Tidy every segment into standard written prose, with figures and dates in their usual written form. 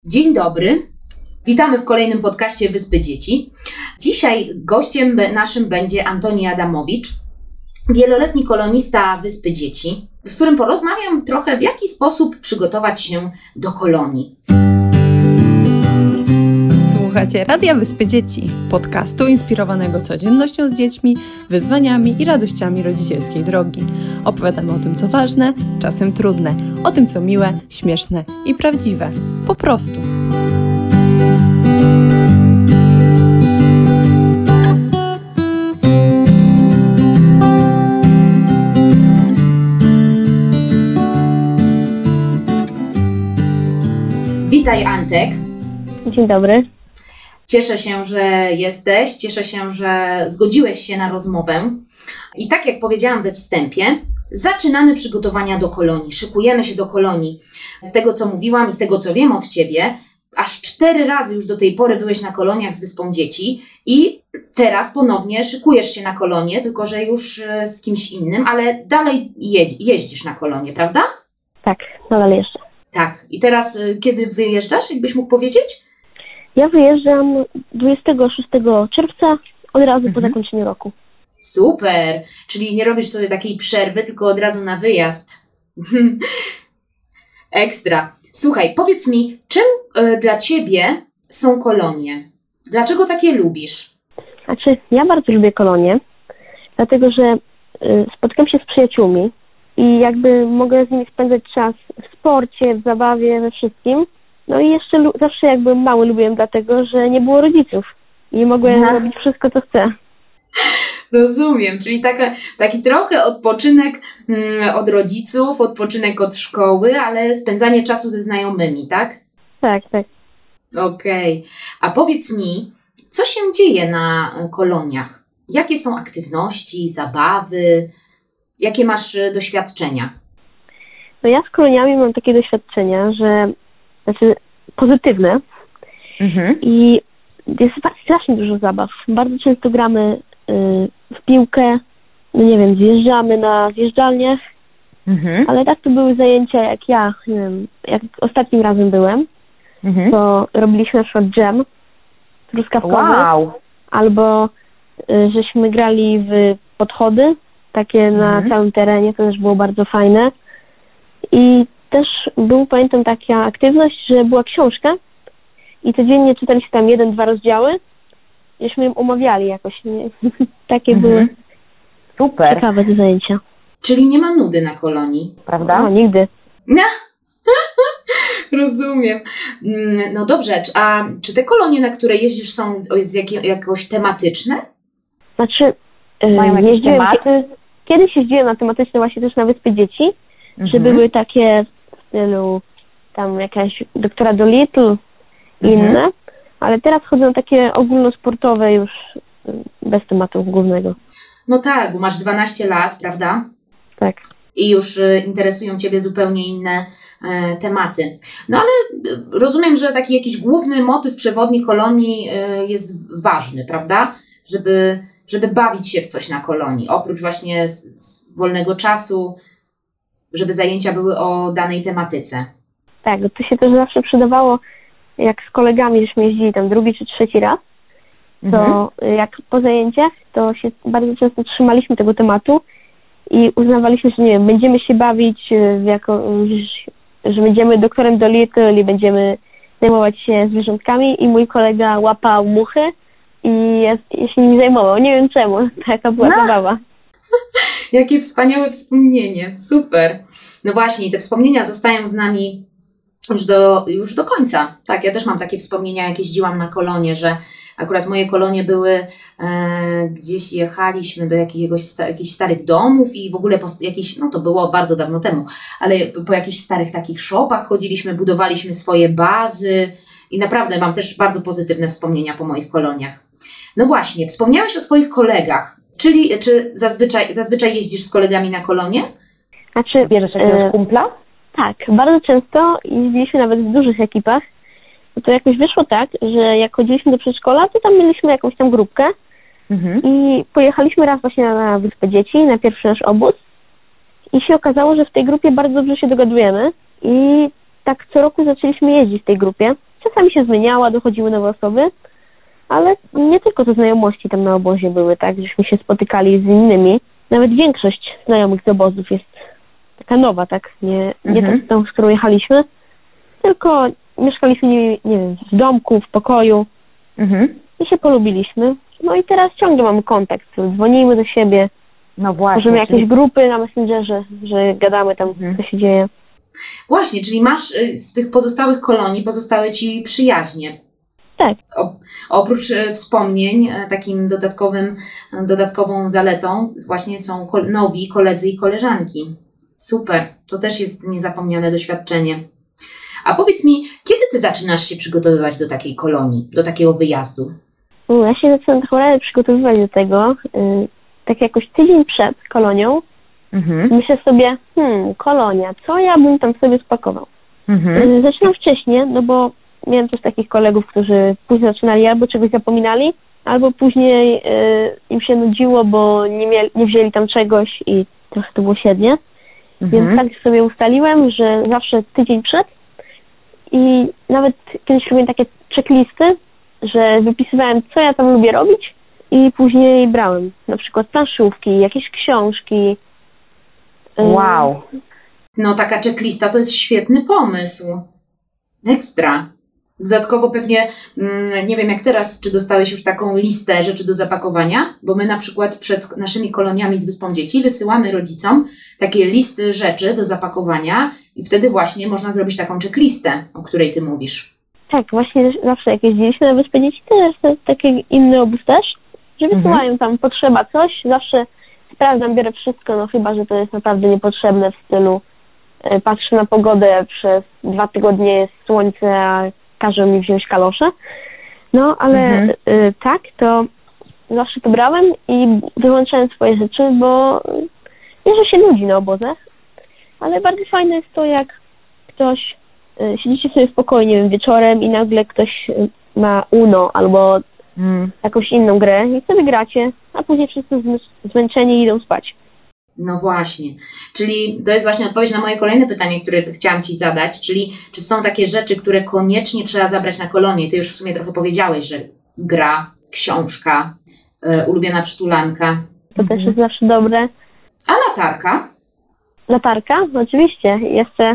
Dzień dobry, witamy w kolejnym podcaście Wyspy Dzieci. Dzisiaj gościem naszym będzie Antoni Adamowicz, wieloletni kolonista Wyspy Dzieci, z którym porozmawiam trochę, w jaki sposób przygotować się do kolonii. Słuchacie Radia Wyspy Dzieci, podcastu inspirowanego codziennością z dziećmi, wyzwaniami i radościami rodzicielskiej drogi. Opowiadamy o tym, co ważne, czasem trudne, o tym, co miłe, śmieszne i prawdziwe. Po prostu. Witaj, Antek. Dzień dobry. Cieszę się, że jesteś, cieszę się, że zgodziłeś się na rozmowę. I tak jak powiedziałam we wstępie, zaczynamy przygotowania do kolonii, szykujemy się do kolonii. Z tego, co mówiłam i z tego, co wiem od Ciebie, aż 4 razy już do tej pory byłeś na koloniach z Wyspą Dzieci i teraz ponownie szykujesz się na kolonię, tylko że już z kimś innym, ale dalej jeździsz na kolonię, prawda? Tak, nadal jeżdżę. Tak. I teraz kiedy wyjeżdżasz, jakbyś mógł powiedzieć? Ja wyjeżdżam 26 czerwca, od razu po zakończeniu roku. Super! Czyli nie robisz sobie takiej przerwy, tylko od razu na wyjazd. Ekstra. Słuchaj, powiedz mi, czym dla Ciebie są kolonie? Dlaczego takie lubisz? Znaczy, ja bardzo lubię kolonie, dlatego że spotykam się z przyjaciółmi i jakby mogę z nimi spędzać czas w sporcie, w zabawie, we wszystkim. No i jeszcze zawsze jak byłem mały lubiłem dlatego, że nie było rodziców i mogłem robić wszystko, co chcę. Rozumiem, czyli taki trochę odpoczynek od rodziców, odpoczynek od szkoły, ale spędzanie czasu ze znajomymi, tak? Tak, tak. Okej. A powiedz mi, co się dzieje na koloniach? Jakie są aktywności, zabawy? Jakie masz doświadczenia? No ja z koloniami mam takie doświadczenia, że pozytywne i jest strasznie dużo zabaw. Bardzo często gramy w piłkę, no nie wiem, zjeżdżamy na zjeżdżalniach, ale tak to były zajęcia jak ja, nie wiem, jak ostatnim razem byłem, to robiliśmy na przykład dżem truskawkowy, albo żeśmy grali w podchody, takie na całym terenie, to też było bardzo fajne. I też pamiętam taka aktywność, że była książka i codziennie czytaliśmy tam 1-2 rozdziały, żeśmy ją omawiali jakoś. Nie? Takie były super ciekawe te zajęcia. Czyli nie ma nudy na kolonii, prawda? No, nigdy. Rozumiem. No dobrze, a czy te kolonie, na które jeździsz, są jakoś tematyczne? Znaczy, Mają jakieś tematy? Kiedyś jeździłem na tematyczne właśnie też na Wyspy Dzieci, że były takie w stylu tam jakaś Doktora Dolittle i inne, ale teraz chodzę na takie ogólnosportowe już bez tematu głównego. No tak, bo masz 12 lat, prawda? Tak. I już interesują Ciebie zupełnie inne tematy. No ale rozumiem, że taki jakiś główny motyw przewodni kolonii jest ważny, prawda? Żeby bawić się w coś na kolonii, oprócz właśnie z wolnego czasu, żeby zajęcia były o danej tematyce. Tak, to się też zawsze przydawało, jak z kolegami żeśmy jeździli tam 2. czy 3. raz, to jak po zajęciach, to się bardzo często trzymaliśmy tego tematu i uznawaliśmy, że nie wiem, będziemy się bawić że będziemy doktorem Dolittle i będziemy zajmować się zwierzątkami i mój kolega łapał muchy i ja się nimi zajmował. Nie wiem czemu, taka była zabawa. Jakie wspaniałe wspomnienie, super. No właśnie, te wspomnienia zostają z nami już do końca. Tak, ja też mam takie wspomnienia, jak jeździłam na kolonie, że akurat moje kolonie były, gdzieś jechaliśmy do jakichś starych domów i w ogóle to było bardzo dawno temu, ale po jakichś starych takich szopach chodziliśmy, budowaliśmy swoje bazy i naprawdę mam też bardzo pozytywne wspomnienia po moich koloniach. No właśnie, wspomniałeś o swoich kolegach, czy zazwyczaj jeździsz z kolegami na kolonie? Znaczy, bierzesz jakiegoś kumpla? Tak, bardzo często jeździliśmy nawet w dużych ekipach. To jakoś wyszło tak, że jak chodziliśmy do przedszkola, to tam mieliśmy jakąś tam grupkę i pojechaliśmy raz właśnie na Wyspę Dzieci, na pierwszy nasz obóz i się okazało, że w tej grupie bardzo dobrze się dogadujemy i tak co roku zaczęliśmy jeździć w tej grupie czasami się zmieniała, dochodziły nowe osoby, ale nie tylko te znajomości tam na obozie były, tak, żeśmy się spotykali z innymi. Nawet większość znajomych z obozów jest taka nowa, tak, nie ta, z tą, z którą jechaliśmy, tylko mieszkaliśmy, nie wiem, w domku, w pokoju i się polubiliśmy. No i teraz ciągle mamy kontakt, dzwonimy do siebie, No właśnie. możemy jakieś grupy na Messengerze, że gadamy tam, co się dzieje. Właśnie, czyli masz z tych pozostałych kolonii, pozostały Ci przyjaźnie. Tak. Oprócz wspomnień, takim dodatkową zaletą właśnie są nowi koledzy i koleżanki. Super, to też jest niezapomniane doświadczenie. A powiedz mi, kiedy Ty zaczynasz się przygotowywać do takiej kolonii, do takiego wyjazdu? Ja się zaczynam tak naprawdę przygotowywać do tego, tak jakoś tydzień przed kolonią. Myślę sobie, kolonia, co ja bym tam sobie spakował? Zaczynam wcześniej, no bo miałem też takich kolegów, którzy później zaczynali albo czegoś zapominali, albo później im się nudziło, bo nie wzięli tam czegoś i trochę to było średnie. Więc tak sobie ustaliłem, że zawsze tydzień przed i nawet kiedyś robiłem takie checklisty, że wypisywałem, co ja tam lubię robić i później brałem na przykład planszówki, jakieś książki. Wow. No taka checklista to jest świetny pomysł. Ekstra. Dodatkowo pewnie, nie wiem jak teraz, czy dostałeś już taką listę rzeczy do zapakowania, bo my na przykład przed naszymi koloniami z Wyspą Dzieci wysyłamy rodzicom takie listy rzeczy do zapakowania i wtedy właśnie można zrobić taką checklistę, o której Ty mówisz. Tak, właśnie zawsze jak jeździliśmy na Wyspę Dzieci, to taki inny obóz też, że wysyłają tam potrzeba coś, zawsze sprawdzam, biorę wszystko, no chyba, że to jest naprawdę niepotrzebne w stylu patrzę na pogodę, przez 2 tygodnie jest słońce, a każą mi wziąć kalosze. No, ale tak, to zawsze to brałem i wyłączałem swoje rzeczy, bo nie, że się nudzi na obozach, ale bardzo fajne jest to, jak ktoś siedzicie sobie spokojnie, nie wiem, wieczorem i nagle ktoś ma Uno albo jakąś inną grę i sobie gracie, a później wszyscy zmęczeni idą spać. No właśnie, czyli to jest właśnie odpowiedź na moje kolejne pytanie, które chciałam Ci zadać, czyli czy są takie rzeczy, które koniecznie trzeba zabrać na kolonię? Ty już w sumie trochę powiedziałeś, że gra, książka, ulubiona przytulanka. To też jest zawsze dobre. A latarka? Latarka? No oczywiście. Jeszcze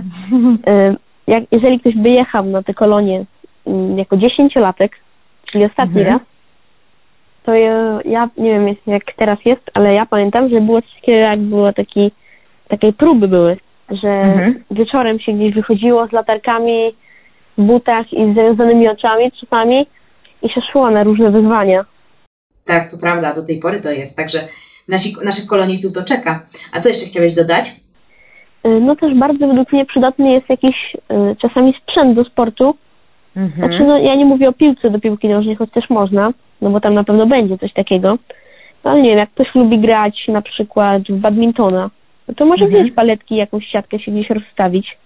jeżeli ktoś by jechał na tę kolonię jako 10-latek, czyli ostatni raz, to ja nie wiem jak teraz jest, ale ja pamiętam, że było coś takiego, jak było takie próby były, że wieczorem się gdzieś wychodziło z latarkami, w butach i z zawiązanymi oczami czasami i się szło na różne wyzwania. Tak, to prawda, do tej pory to jest, także naszych kolonistów to czeka. A co jeszcze chciałeś dodać? No też bardzo według mnie przydatny jest jakiś czasami sprzęt do sportu. Znaczy, no ja nie mówię o piłce do piłki nożnej, choć też można, no bo tam na pewno będzie coś takiego. No ale nie wiem, jak ktoś lubi grać na przykład w badmintona, no to może wziąć paletki, jakąś siatkę się gdzieś rozstawić.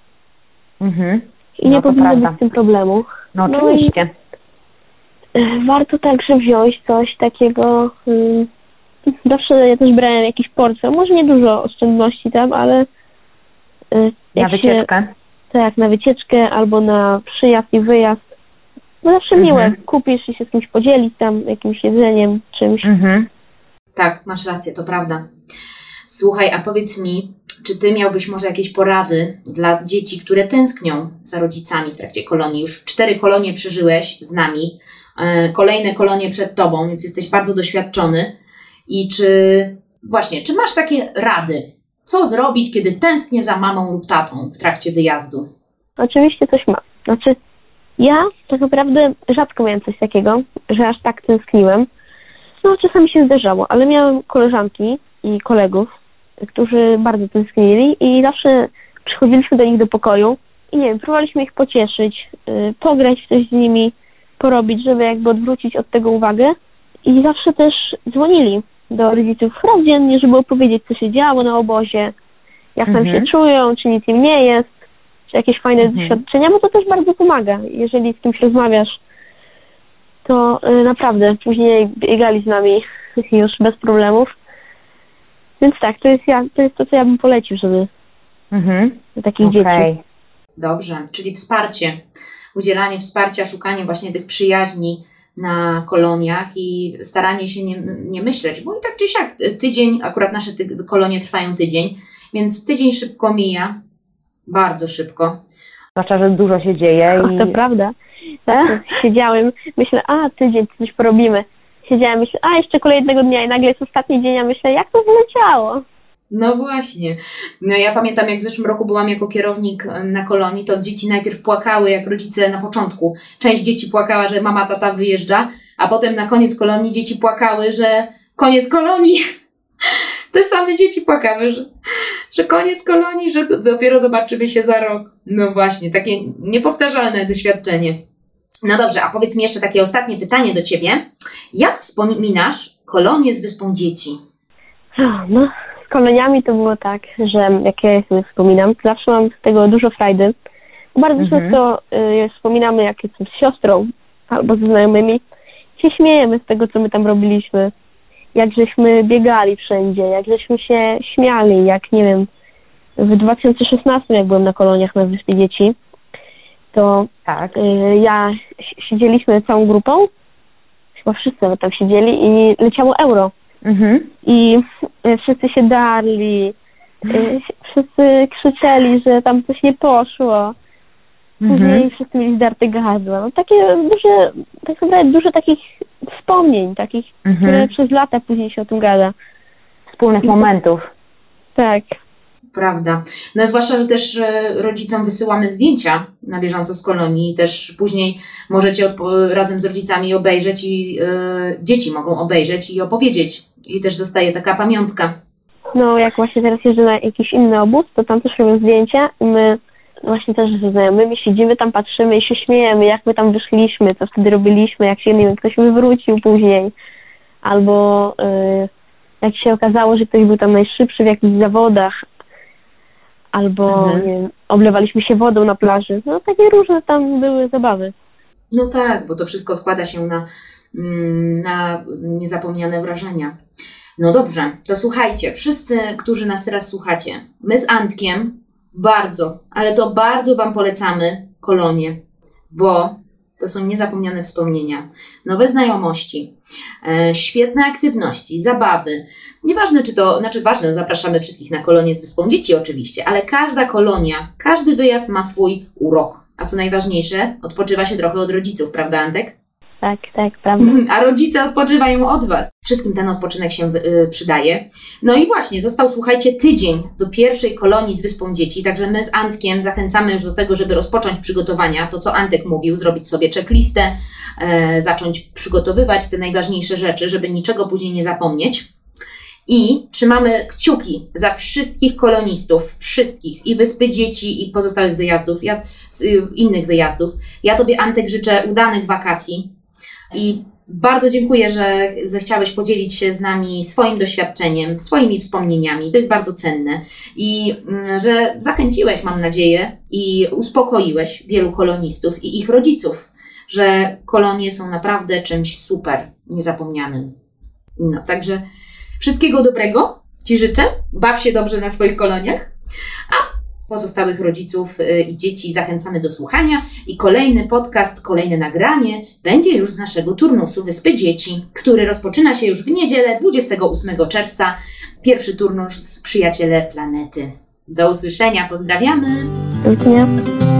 I nie powinno być z tym problemu. No oczywiście. I warto także wziąć coś takiego, zawsze ja też brałem jakiś portfel, może nie dużo oszczędności tam, ale na wycieczkę? Tak, na wycieczkę albo na przyjazd i wyjazd. No zawsze miłe. Kupisz i się z kimś podzielić tam jakimś jedzeniem, czymś. Tak, masz rację, to prawda. Słuchaj, a powiedz mi, czy Ty miałbyś może jakieś porady dla dzieci, które tęsknią za rodzicami w trakcie kolonii? Już 4 kolonie przeżyłeś z nami, kolejne kolonie przed Tobą, więc jesteś bardzo doświadczony. I czy masz takie rady? Co zrobić, kiedy tęsknię za mamą lub tatą w trakcie wyjazdu? Oczywiście coś mam. Znaczy, ja tak naprawdę rzadko miałem coś takiego, że aż tak tęskniłem. No, czasami się zdarzało, ale miałem koleżanki i kolegów, którzy bardzo tęsknili i zawsze przychodziliśmy do nich do pokoju i nie wiem, próbowaliśmy ich pocieszyć, pograć w coś z nimi, porobić, żeby jakby odwrócić od tego uwagę i zawsze też dzwonili do rodziców raz dziennie, żeby opowiedzieć, co się działo na obozie, jak tam się czują, czy nic im nie jest, czy jakieś fajne doświadczenia, bo to też bardzo pomaga. Jeżeli z kimś rozmawiasz, to naprawdę później biegali z nami już bez problemów. Więc tak, to jest to, co ja bym polecił, żeby dla takich dzieci. Dobrze, czyli wsparcie, udzielanie wsparcia, szukanie właśnie tych przyjaźni na koloniach i staranie się nie myśleć, bo i tak czy siak tydzień, akurat nasze kolonie trwają tydzień, więc tydzień szybko mija, bardzo szybko. Zwłaszcza, że dużo się dzieje. To prawda. Tak, siedziałem, myślę, tydzień, coś porobimy. Siedziałem, myślę, jeszcze kolejnego dnia i nagle jest ostatni dzień, a myślę, jak to zleciało. No właśnie. No ja pamiętam, jak w zeszłym roku byłam jako kierownik na kolonii, to dzieci najpierw płakały, jak rodzice na początku. Część dzieci płakała, że mama, tata wyjeżdża, a potem na koniec kolonii dzieci płakały, że koniec kolonii. Te same dzieci płakały, że koniec kolonii, że dopiero zobaczymy się za rok. No właśnie, takie niepowtarzalne doświadczenie. No dobrze, a powiedz mi jeszcze takie ostatnie pytanie do Ciebie. Jak wspominasz kolonię z Wyspą Dzieci? No, z koloniami to było tak, że jak ja sobie wspominam, zawsze mam z tego dużo frajdy. Bardzo często wspominamy, jak jestem z siostrą albo ze znajomymi, się śmiejemy z tego, co my tam robiliśmy. Jak żeśmy biegali wszędzie, jak żeśmy się śmiali, jak nie wiem, w 2016, jak byłem na koloniach na Wyspie Dzieci, to tak. Siedzieliśmy całą grupą, chyba wszyscy nawet tam siedzieli i leciało euro. I wszyscy się darli, wszyscy krzyczeli, że tam coś nie poszło. Później wszyscy mieli zdarte gardła. No takie duże, tak naprawdę dużo takich wspomnień, takich, które przez lata później się o tym gada. Wspólnych momentów. Tak. Prawda. No zwłaszcza, że też rodzicom wysyłamy zdjęcia na bieżąco z kolonii. Też później możecie razem z rodzicami obejrzeć i dzieci mogą obejrzeć i opowiedzieć. I też zostaje taka pamiątka. No jak właśnie teraz jeżdżę na jakiś inny obóz, to tam też robią zdjęcia i my właśnie też ze znajomymi siedzimy tam, patrzymy i się śmiejemy, jak my tam wyszliśmy, co wtedy robiliśmy, jak się, nie wiem, ktoś wywrócił później. Albo jak się okazało, że ktoś był tam najszybszy w jakichś zawodach. Albo nie wiem, oblewaliśmy się wodą na plaży. No takie różne tam były zabawy. No tak, bo to wszystko składa się na niezapomniane wrażenia. No dobrze, to słuchajcie, wszyscy, którzy nas teraz słuchacie, my z Antkiem bardzo, ale to bardzo Wam polecamy kolonie, bo to są niezapomniane wspomnienia, nowe znajomości, świetne aktywności, zabawy. Nieważne, ważne, zapraszamy wszystkich na kolonię z Wyspą Dzieci oczywiście, ale każda kolonia, każdy wyjazd ma swój urok. A co najważniejsze, odpoczywa się trochę od rodziców, prawda Antek? Tak, prawda. A rodzice odpoczywają od Was. Wszystkim ten odpoczynek się przydaje. No i właśnie, został, słuchajcie, tydzień do pierwszej kolonii z Wyspą Dzieci, także my z Antkiem zachęcamy już do tego, żeby rozpocząć przygotowania, to co Antek mówił, zrobić sobie checklistę, zacząć przygotowywać te najważniejsze rzeczy, żeby niczego później nie zapomnieć. I trzymamy kciuki za wszystkich kolonistów, wszystkich, i Wyspy Dzieci, i pozostałych wyjazdów, innych wyjazdów. Ja Tobie, Antek, życzę udanych wakacji i bardzo dziękuję, że zechciałeś podzielić się z nami swoim doświadczeniem, swoimi wspomnieniami. To jest bardzo cenne i że zachęciłeś, mam nadzieję, i uspokoiłeś wielu kolonistów i ich rodziców, że kolonie są naprawdę czymś super niezapomnianym. No, także wszystkiego dobrego Ci życzę. Baw się dobrze na swoich koloniach. A pozostałych rodziców i dzieci zachęcamy do słuchania. I kolejny podcast, kolejne nagranie będzie już z naszego turnusu Wyspy Dzieci, który rozpoczyna się już w niedzielę 28 czerwca. Pierwszy turnus z Przyjaciele Planety. Do usłyszenia. Pozdrawiamy. Do widzenia.